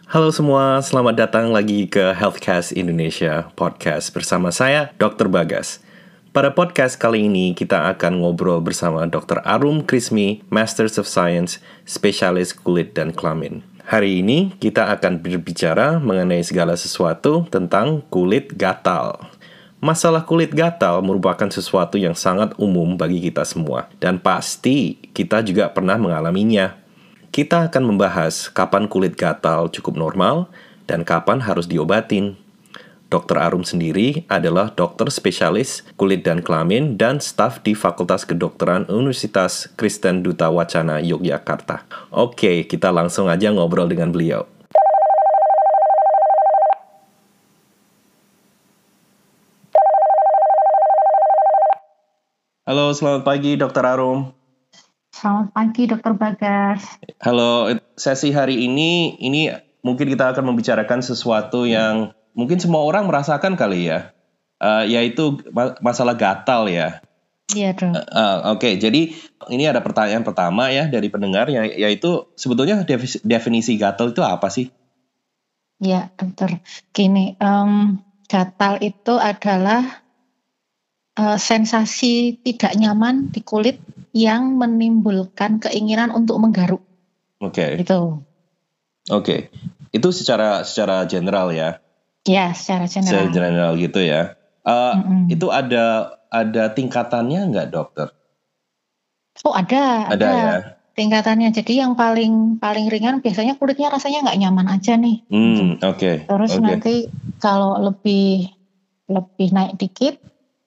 Halo semua, selamat datang lagi ke Healthcast Indonesia Podcast bersama saya, Dr. Bagas. Pada podcast kali ini, kita akan ngobrol bersama Dr. Arum Krismi, Masters of Science, spesialis kulit dan kelamin. Hari ini, kita akan berbicara mengenai segala sesuatu tentang kulit gatal. Masalah kulit gatal merupakan sesuatu yang sangat umum bagi kita semua, dan pasti kita juga pernah mengalaminya. Kita akan membahas kapan kulit gatal cukup normal dan kapan harus diobatin. Dr. Arum sendiri adalah dokter spesialis kulit dan kelamin dan staf di Fakultas Kedokteran Universitas Kristen Duta Wacana Yogyakarta. Oke, kita langsung aja ngobrol dengan beliau. Halo, selamat pagi Dr. Arum. Selamat pagi, Dr. Bagas. Halo, sesi hari ini mungkin kita akan membicarakan sesuatu yang mungkin semua orang merasakan kali ya, yaitu masalah gatal ya. Iya, Dok. Oke, jadi ini ada pertanyaan pertama ya dari pendengar, yaitu sebetulnya definisi gatal itu apa sih? Ya, Dokter. Gini, gatal itu adalah sensasi tidak nyaman di kulit yang menimbulkan keinginan untuk menggaruk. Oke. Gitu. Oke. Itu secara general ya. Ya, secara general. Secara general gitu ya. Itu ada tingkatannya nggak, dokter? Oh, ada ya. Tingkatannya. Jadi yang paling ringan biasanya kulitnya rasanya nggak nyaman aja nih. Oke. Terus nanti kalau lebih naik dikit,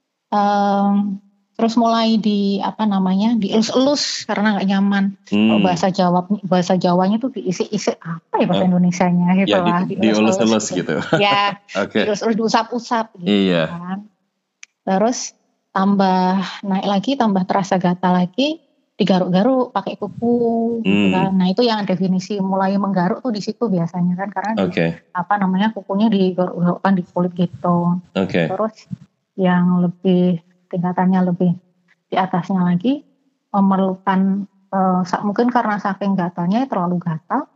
terus mulai dielus-elus karena nggak nyaman. Kalau bahasa Jawanya tuh diisi-isi apa ya bahasa Indonesianya gitu ya, lah. Dielus-elus gitu. Ya, Okay. dielus-elus, diusap-usap gitu. Iya. Kan. Terus tambah naik lagi, tambah terasa gatal lagi, digaruk-garuk pakai kuku. Gitu kan. Nah itu yang definisi mulai menggaruk tuh di situ biasanya kan karena kukunya digaruk-garukkan di kulit gitu. Okay. Terus yang tingkatannya lebih di atasnya lagi memerlukan mungkin karena saking gatalnya terlalu gatal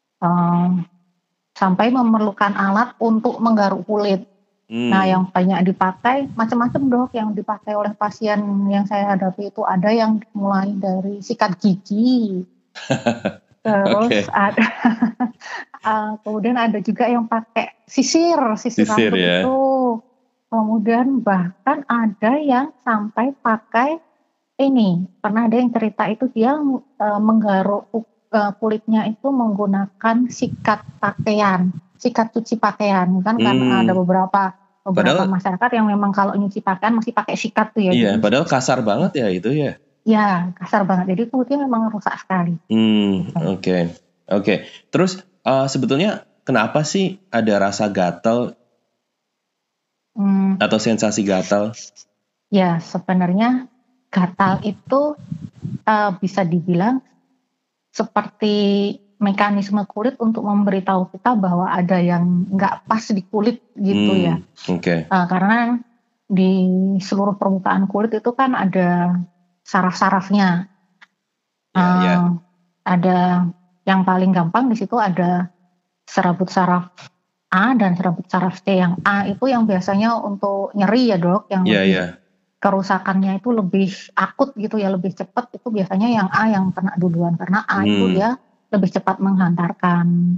sampai memerlukan alat untuk menggaruk kulit. Nah yang banyak dipakai macam-macam dok yang dipakai oleh pasien yang saya hadapi itu ada yang mulai dari sikat gigi terus ada kemudian ada juga yang pakai sisir rambut ya. itu. Kemudian bahkan ada yang sampai pakai pernah ada yang cerita itu dia menggaruk kulitnya itu menggunakan sikat cuci pakaian kan karena ada beberapa masyarakat yang memang kalau nyuci pakaian masih pakai sikat tuh ya. Iya, padahal kasar banget ya itu ya. Ya, kasar banget. Jadi kulitnya memang rusak sekali. Oke. Terus sebetulnya kenapa sih ada rasa gatal? Atau sensasi gatal? Ya sebenarnya gatal itu bisa dibilang seperti mekanisme kulit untuk memberitahu kita bahwa ada yang nggak pas di kulit gitu ya. Okay. Karena di seluruh permukaan kulit itu kan ada saraf-sarafnya. Ada yang paling gampang di situ ada serabut saraf A dan serabut saraf C. Yang A itu yang biasanya untuk nyeri ya dok, yang kerusakannya itu lebih akut gitu ya, lebih cepat, itu biasanya yang A yang kena duluan karena A itu dia lebih cepat menghantarkan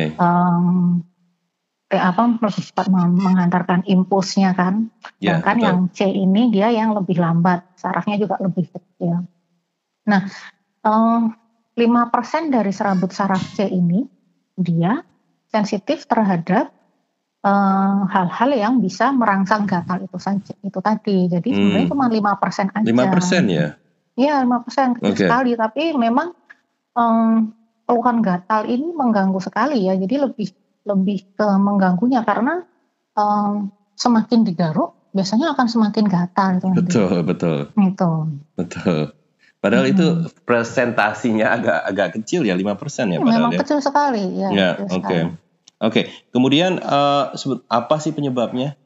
lebih cepat menghantarkan impulsnya kan. Sedangkan yang C ini dia yang lebih lambat, sarafnya juga lebih kecil. Nah 5% dari serabut saraf C ini dia sensitif terhadap hal-hal yang bisa merangsang gatal itu tadi. Jadi sebenarnya cuma 5% aja. 5% ya? Iya 5% kecil sekali. Tapi memang keluhan gatal ini mengganggu sekali ya. Jadi lebih ke mengganggunya karena semakin digaruk biasanya akan semakin gatal. Betul. Itu. Betul. Padahal itu presentasinya agak kecil ya 5% ya. Memang kecil sekali ya. Oke. Kemudian apa sih penyebabnya?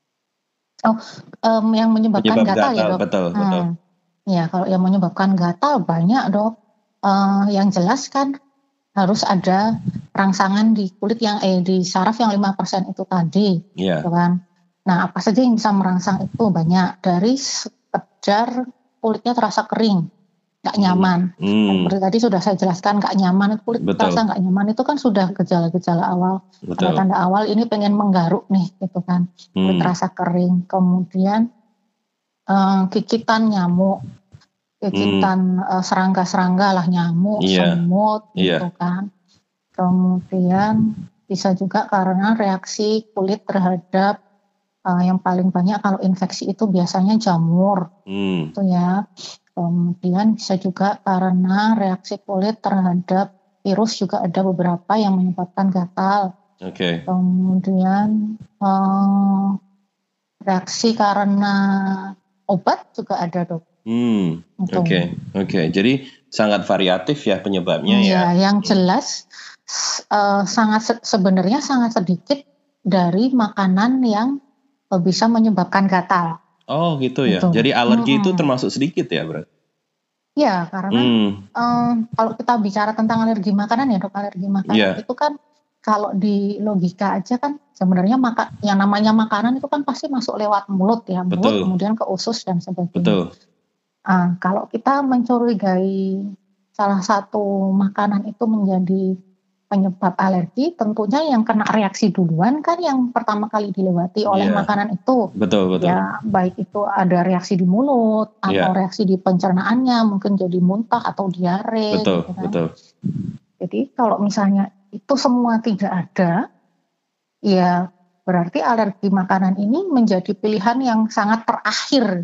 Yang menyebabkan gatal ya dok. Betul. Ya kalau yang menyebabkan gatal banyak dok. Yang jelas kan harus ada rangsangan di kulit yang di saraf yang 5% itu tadi, Iya. gitu kan. Nah, apa saja yang bisa merangsang itu? Banyak, dari sekedar kulitnya terasa kering, nggak nyaman. Seperti tadi sudah saya jelaskan, nggak nyaman, kulit terasa nggak nyaman, itu kan sudah gejala-gejala awal, tanda-tanda awal ini pengen menggaruk nih, gitu kan. Kulit terasa kering, kemudian gigitan nyamuk, gigitan serangga-serangga lah, nyamuk, semut, gitu kan. Kemudian bisa juga karena reaksi kulit terhadap yang paling banyak kalau infeksi itu biasanya jamur, itu ya. Kemudian bisa juga karena reaksi kulit terhadap virus, juga ada beberapa yang menyebabkan gatal. Kemudian reaksi karena obat juga ada, Dok. Oke. Jadi sangat variatif ya penyebabnya ya. Yang jelas sebenarnya sangat sedikit dari makanan yang bisa menyebabkan gatal. Oh gitu ya. Jadi alergi itu termasuk sedikit ya berarti? Ya, karena kalau kita bicara tentang alergi makanan ya, Dok, alergi makanan itu kan kalau di logika aja kan sebenarnya yang namanya makanan itu kan pasti masuk lewat mulut ya, mulut kemudian ke usus dan sebagainya. Kalau kita mencurigai salah satu makanan itu menjadi penyebab alergi, tentunya yang kena reaksi duluan kan yang pertama kali dilewati oleh makanan itu. Betul. Ya, baik itu ada reaksi di mulut atau reaksi di pencernaannya, mungkin jadi muntah atau diare. Betul. Jadi kalau misalnya itu semua tidak ada, ya berarti alergi makanan ini menjadi pilihan yang sangat terakhir.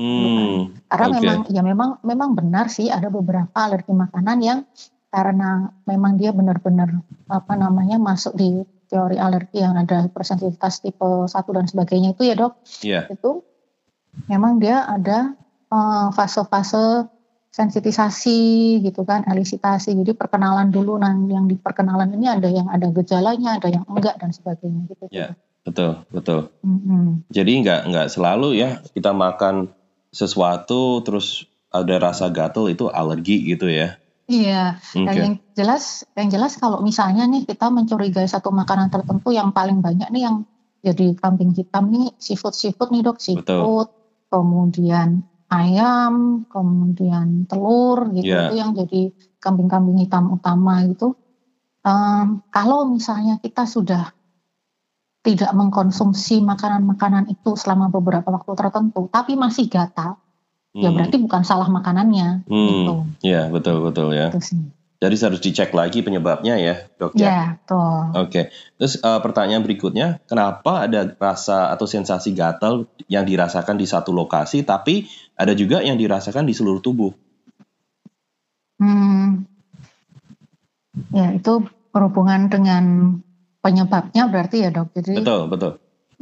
Karena memang benar sih ada beberapa alergi makanan yang karena memang dia benar-benar masuk di teori alergi yang ada hipersensitivitas tipe 1 dan sebagainya itu ya, Dok. Itu memang dia ada fase-fase sensitisasi gitu kan, elisitasi. Jadi perkenalan dulu, yang di perkenalan ini ada yang ada gejalanya, ada yang enggak dan sebagainya gitu. Betul. Jadi enggak selalu ya kita makan sesuatu terus ada rasa gatal itu alergi gitu ya. Iya, dan yang jelas kalau misalnya nih kita mencurigai satu makanan tertentu yang paling banyak nih yang jadi kambing hitam nih, seafood nih, Dok, seafood, kemudian ayam, kemudian telur gitu, itu yang jadi kambing-kambing hitam utama itu. Kalau misalnya kita sudah tidak mengkonsumsi makanan-makanan itu selama beberapa waktu tertentu, tapi masih gatal, ya berarti bukan salah makanannya. Gitu. Ya, betul ya. Jadi harus dicek lagi penyebabnya ya, Dok ya. Ya, betul. Oke. Terus pertanyaan berikutnya, kenapa ada rasa atau sensasi gatal yang dirasakan di satu lokasi, tapi ada juga yang dirasakan di seluruh tubuh? Ya, itu berhubungan dengan penyebabnya berarti ya, Dok. Jadi, betul.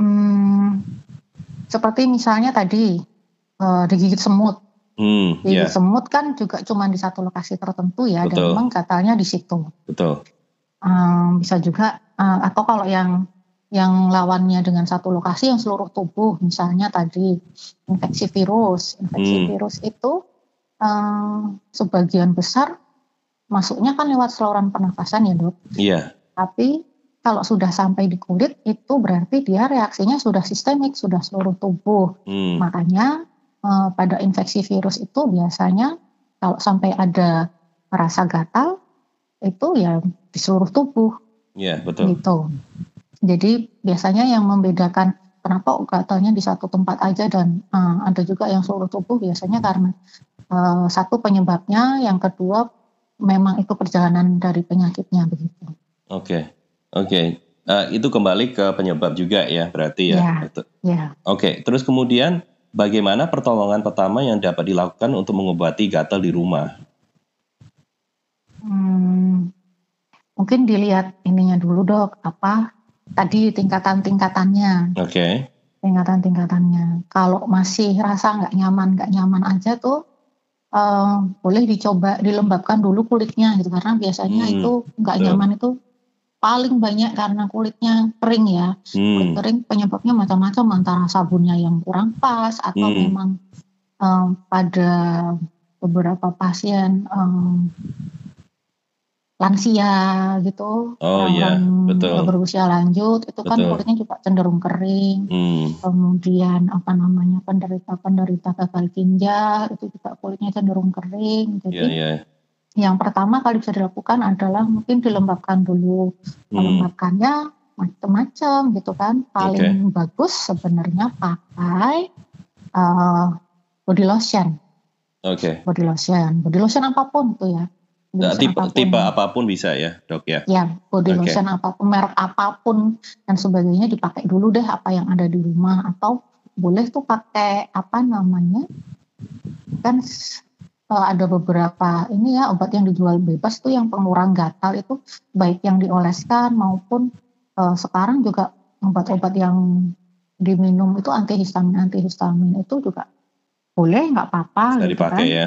Seperti misalnya tadi digigit semut. Digigit semut kan juga cuma di satu lokasi tertentu ya, dan memang gatalnya di situ. Bisa juga atau kalau yang lawannya dengan satu lokasi yang seluruh tubuh, misalnya tadi infeksi virus itu sebagian besar masuknya kan lewat saluran pernafasan ya, Dok. Tapi kalau sudah sampai di kulit itu berarti dia reaksinya sudah sistemik, sudah seluruh tubuh. Makanya pada infeksi virus itu biasanya kalau sampai ada rasa gatal itu ya di seluruh tubuh. Betul. Gitu. Jadi biasanya yang membedakan kenapa gatalnya di satu tempat aja dan ada juga yang seluruh tubuh, biasanya karena satu penyebabnya, yang kedua memang itu perjalanan dari penyakitnya begitu. Oke. Itu kembali ke penyebab juga ya berarti ya. Oke. Terus kemudian bagaimana pertolongan pertama yang dapat dilakukan untuk mengobati gatal di rumah? Mungkin dilihat ininya dulu, Dok, apa tadi tingkatan-tingkatannya. Tingkatan-tingkatannya. Kalau masih rasa nggak nyaman aja tuh boleh dicoba dilembabkan dulu kulitnya gitu, karena biasanya itu nggak nyaman itu paling banyak karena kulitnya kering ya. Kulit kering penyebabnya macam-macam, antara sabunnya yang kurang pas atau memang pada beberapa pasien lansia gitu, orang-orang berusia lanjut itu kan kulitnya juga cenderung kering. Kemudian penderita gagal ginjal itu juga kulitnya cenderung kering. Jadi yang pertama kali bisa dilakukan adalah mungkin dilembabkan dulu. Melembabkannya macam-macam gitu kan. Paling bagus sebenarnya pakai body lotion. Body lotion apapun tuh ya. Tipe apapun bisa ya, Dok ya? Ya, body lotion apapun, merek apapun dan sebagainya dipakai dulu deh apa yang ada di rumah. Atau boleh tuh pakai kan ada beberapa ini ya obat yang dijual bebas tuh yang pengurang gatal itu baik yang dioleskan maupun sekarang juga obat-obat yang diminum itu antihistamin itu juga boleh, nggak apa-apa bisa gitu dipakai kan? Ya.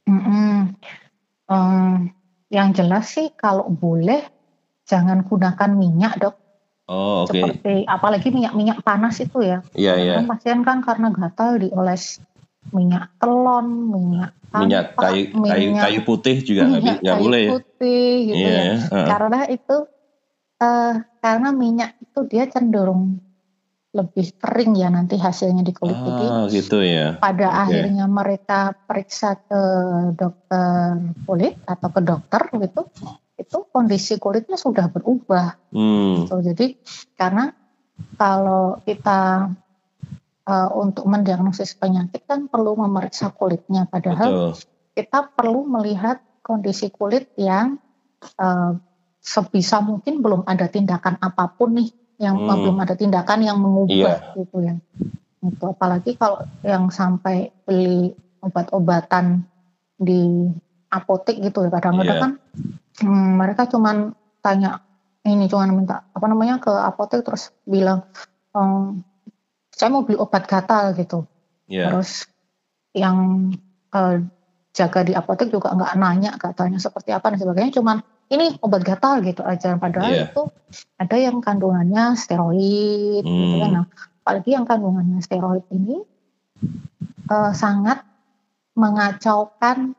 Yang jelas sih kalau boleh jangan gunakan minyak, Dok. Seperti apalagi minyak panas itu ya. Iya. Pasien kan karena gatal dioles minyak telon, minyak kayu putih juga nggak boleh. Kayu putih gitu ya. Karena itu karena minyak itu dia cenderung lebih kering ya nanti hasilnya di kulit. Jadi gitu ya. Pada akhirnya mereka periksa ke dokter kulit atau ke dokter gitu, itu kondisi kulitnya sudah berubah. Gitu. Jadi karena kalau kita untuk mendiagnosis penyakit kan perlu memeriksa kulitnya, padahal kita perlu melihat kondisi kulit yang sebisa mungkin belum ada tindakan apapun nih, yang belum ada tindakan yang mengubah gitu ya. Itu apalagi kalau yang sampai beli obat-obatan di apotek gitu ya, kadang-kadang kan mereka cuman minta ke apotek terus bilang saya mau beli obat gatal gitu. Terus yang jaga di apotek juga nggak nanya gatalnya seperti apa dan sebagainya, cuman ini obat gatal gitu aja, padahal itu ada yang kandungannya steroid gitu kan. Nah, apalagi yang kandungannya steroid ini sangat mengacaukan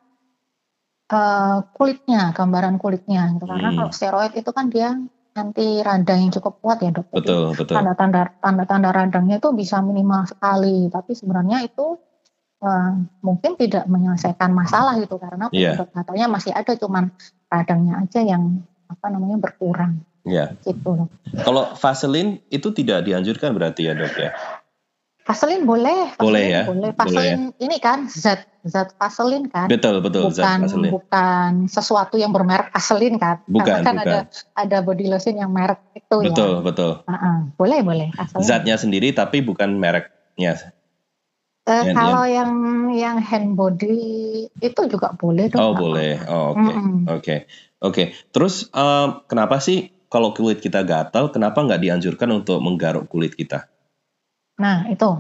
kulitnya, gambaran kulitnya gitu. Karena kalau steroid itu kan dia anti radang yang cukup kuat ya, Dok. Betul. Tanda-tanda radangnya itu bisa minimal sekali, tapi sebenarnya itu mungkin tidak menyelesaikan masalah gitu, karena penyebab gatalnya masih ada, cuman radangnya aja yang berkurang. Gitu. Kalau Vaseline itu tidak dianjurkan berarti ya, Dok ya? Vaseline boleh. Boleh. Vaseline ini kan zat Vaseline kan. Betul. Zat Vaseline. Bukan sesuatu yang bermerek Vaseline kan. Bukan. Ada body lotion yang merek itu betul, ya. Betul. Boleh Vaseline. Zatnya sendiri tapi bukan mereknya. Kalau yang hand body itu juga boleh, Dok. Boleh. Oke. Terus kenapa sih kalau kulit kita gatal, kenapa nggak dianjurkan untuk menggaruk kulit kita? Nah itu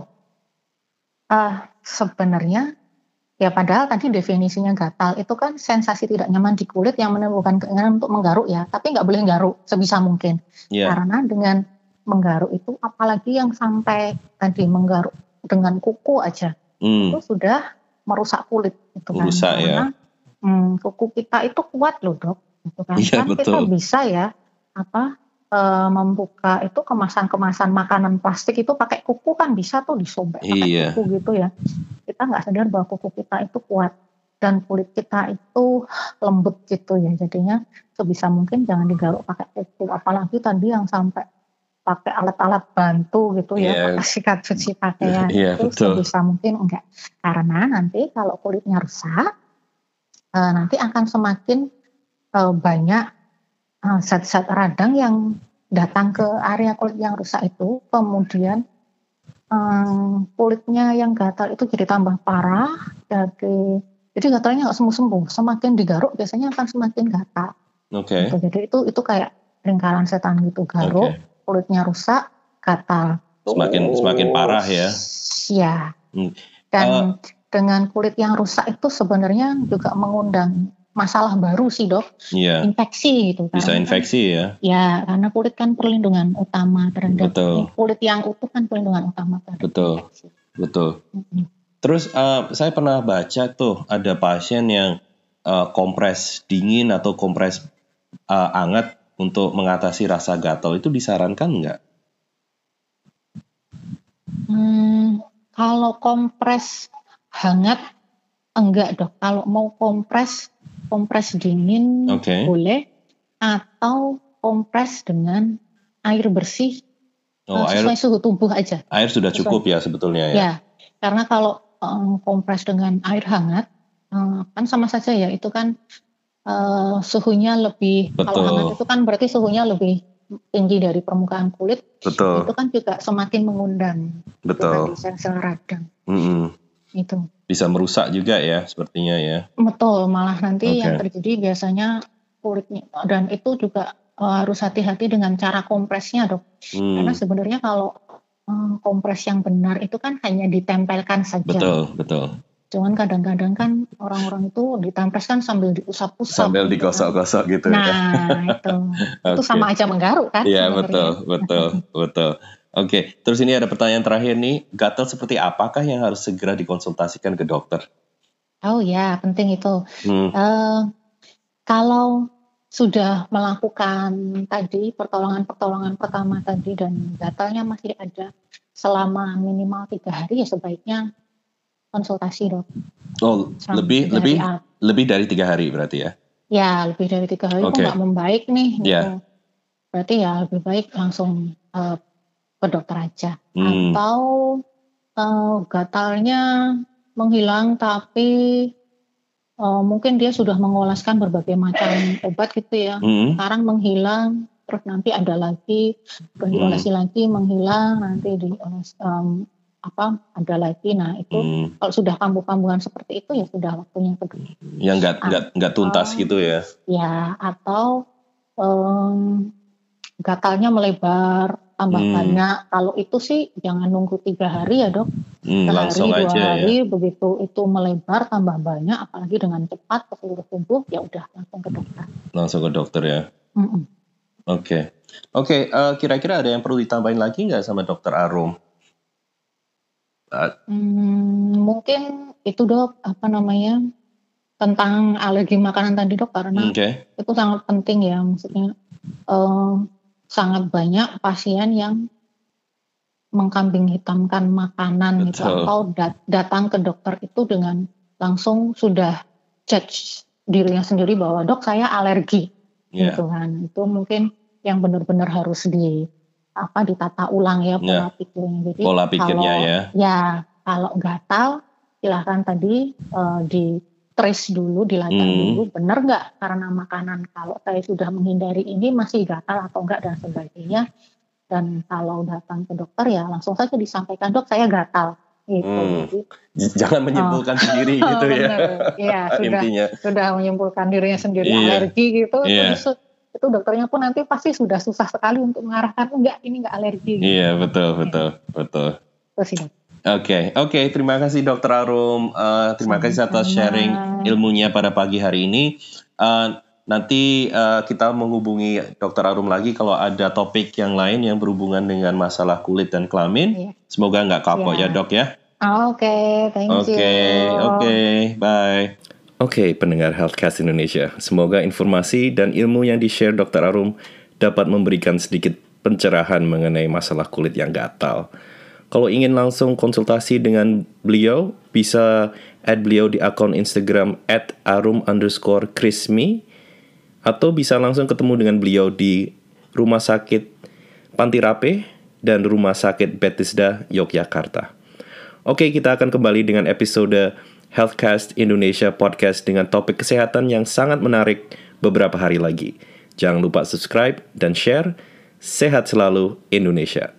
sebenarnya ya, padahal tadi definisinya gatal itu kan sensasi tidak nyaman di kulit yang menimbulkan keinginan untuk menggaruk ya, tapi nggak boleh garuk sebisa mungkin. Karena dengan menggaruk itu, apalagi yang sampai tadi menggaruk dengan kuku aja, itu sudah merusak kulit gitu kan. Karena kuku kita itu kuat loh, Dok, gitu kan. Kita bisa ya membuka itu kemasan makanan plastik itu pakai kuku kan bisa tuh, disobek pakai kuku gitu ya. Kita nggak sadar bahwa kuku kita itu kuat dan kulit kita itu lembut gitu ya. Jadinya sebisa mungkin jangan digaruk pakai kuku, apalagi tadi yang sampai pakai alat-alat bantu gitu ya, pakai sikat cuci pakaian itu sebisa mungkin enggak, karena nanti kalau kulitnya rusak nanti akan semakin banyak zat-zat radang yang datang ke area kulit yang rusak itu, kemudian kulitnya yang gatal itu jadi tambah parah, jadi gatalnya nggak sembuh-sembuh, semakin digaruk biasanya akan semakin gatal. Gitu. Jadi itu kayak lingkaran setan gitu, garuk, kulitnya rusak, gatal. Semakin parah ya. Ya. Dan dengan kulit yang rusak itu sebenarnya juga mengundang masalah baru sih, Dok. Infeksi gitu. Bisa infeksi ya. Ya, karena kulit kan perlindungan utama terhadap kulit yang utuh kan perlindungan utama terhadap infeksi. Betul. Terus saya pernah baca tuh ada pasien yang kompres dingin atau kompres hangat untuk mengatasi rasa gatal itu disarankan nggak? Kalau kompres hangat enggak dok. Kalau mau kompres dingin boleh, atau kompres dengan air bersih sesuai suhu tubuh aja. Air sudah cukup ya sebetulnya ya. Ya, karena kalau kompres dengan air hangat kan sama saja ya, itu kan suhunya lebih. Betul. Kalau hangat itu kan berarti suhunya lebih tinggi dari permukaan kulit. Betul. Itu kan juga semakin mengundang. Betul. Sel-sel radang. Itu bisa merusak juga ya sepertinya ya. Betul, malah nanti yang terjadi biasanya kulitnya, dan itu juga harus hati-hati dengan cara kompresnya dok. Karena sebenarnya kalau kompres yang benar itu kan hanya ditempelkan saja. Betul. Cuman kadang-kadang kan orang-orang itu ditempelkan sambil diusap-usap. Sambil digosok-gosok gitu. Nah itu itu sama aja menggaruk kan. Iya betul. Oke, terus ini ada pertanyaan terakhir nih, gatal seperti apakah yang harus segera dikonsultasikan ke dokter? Oh ya, penting itu. Kalau sudah melakukan tadi pertolongan pertama tadi dan gatalnya masih ada selama minimal 3 hari, ya sebaiknya konsultasi dok. Oh, lebih dari 3 hari berarti ya? Ya, lebih dari 3 hari kok nggak membaik nih. Gitu. Berarti ya lebih baik langsung ke dokter aja. Atau gatalnya menghilang tapi mungkin dia sudah mengolaskan berbagai macam obat gitu ya. Sekarang menghilang, terus nanti ada lagi, diolesi lagi, menghilang, nanti dioles ada lagi. Nah itu kalau sudah kambuh-kambuhan seperti itu ya sudah waktunya ke dokter. Yang nggak tuntas gitu ya? Ya, atau gatalnya melebar tambah banyak. Kalau itu sih jangan nunggu 3 hari ya dok. Langsung aja 2 hari ya. Begitu itu melebar tambah banyak, apalagi dengan cepat ke seluruh tubuh, ya udah langsung ke dokter. Langsung ke dokter ya. Oke. Kira-kira ada yang perlu ditambahin lagi nggak sama dokter Arum? Mungkin itu dok, tentang alergi makanan tadi dok, karena itu sangat penting ya, maksudnya sangat banyak pasien yang mengkambing hitamkan makanan gitu, atau datang ke dokter itu dengan langsung sudah judge dirinya sendiri bahwa dok saya alergi gitu kan. Itu mungkin yang benar-benar harus ditata ulang ya pola pikirnya. Jadi pola pikirnya kalau gatal silahkan tadi di trace dulu, dilacak dulu benar nggak karena makanan. Kalau saya sudah menghindari ini masih gatal atau enggak dan sebagainya. Dan kalau datang ke dokter ya langsung saja disampaikan, dok saya gatal gitu. Jangan menyimpulkan sendiri gitu ya. Iya, sudah menyimpulkan dirinya sendiri alergi gitu. Itu dokternya pun nanti pasti sudah susah sekali untuk mengarahkan, enggak ini enggak alergi gitu. Iya, betul. Oke, terima kasih Dokter Arum. Terima kasih atas sharing ilmunya pada pagi hari ini. Nanti kita menghubungi Dokter Arum lagi kalau ada topik yang lain yang berhubungan dengan masalah kulit dan kelamin. Semoga nggak kapok ya dok ya. Oke, thank you. Oke, bye. Oke, pendengar Healthcast Indonesia. Semoga informasi dan ilmu yang di-share Dokter Arum dapat memberikan sedikit pencerahan mengenai masalah kulit yang gatal. Kalau ingin langsung konsultasi dengan beliau, bisa add beliau di akun Instagram @arum_krismi, atau bisa langsung ketemu dengan beliau di Rumah Sakit Panti Rapih dan Rumah Sakit Bethesda, Yogyakarta. Oke, kita akan kembali dengan episode Healthcast Indonesia Podcast dengan topik kesehatan yang sangat menarik beberapa hari lagi. Jangan lupa subscribe dan share. Sehat selalu Indonesia.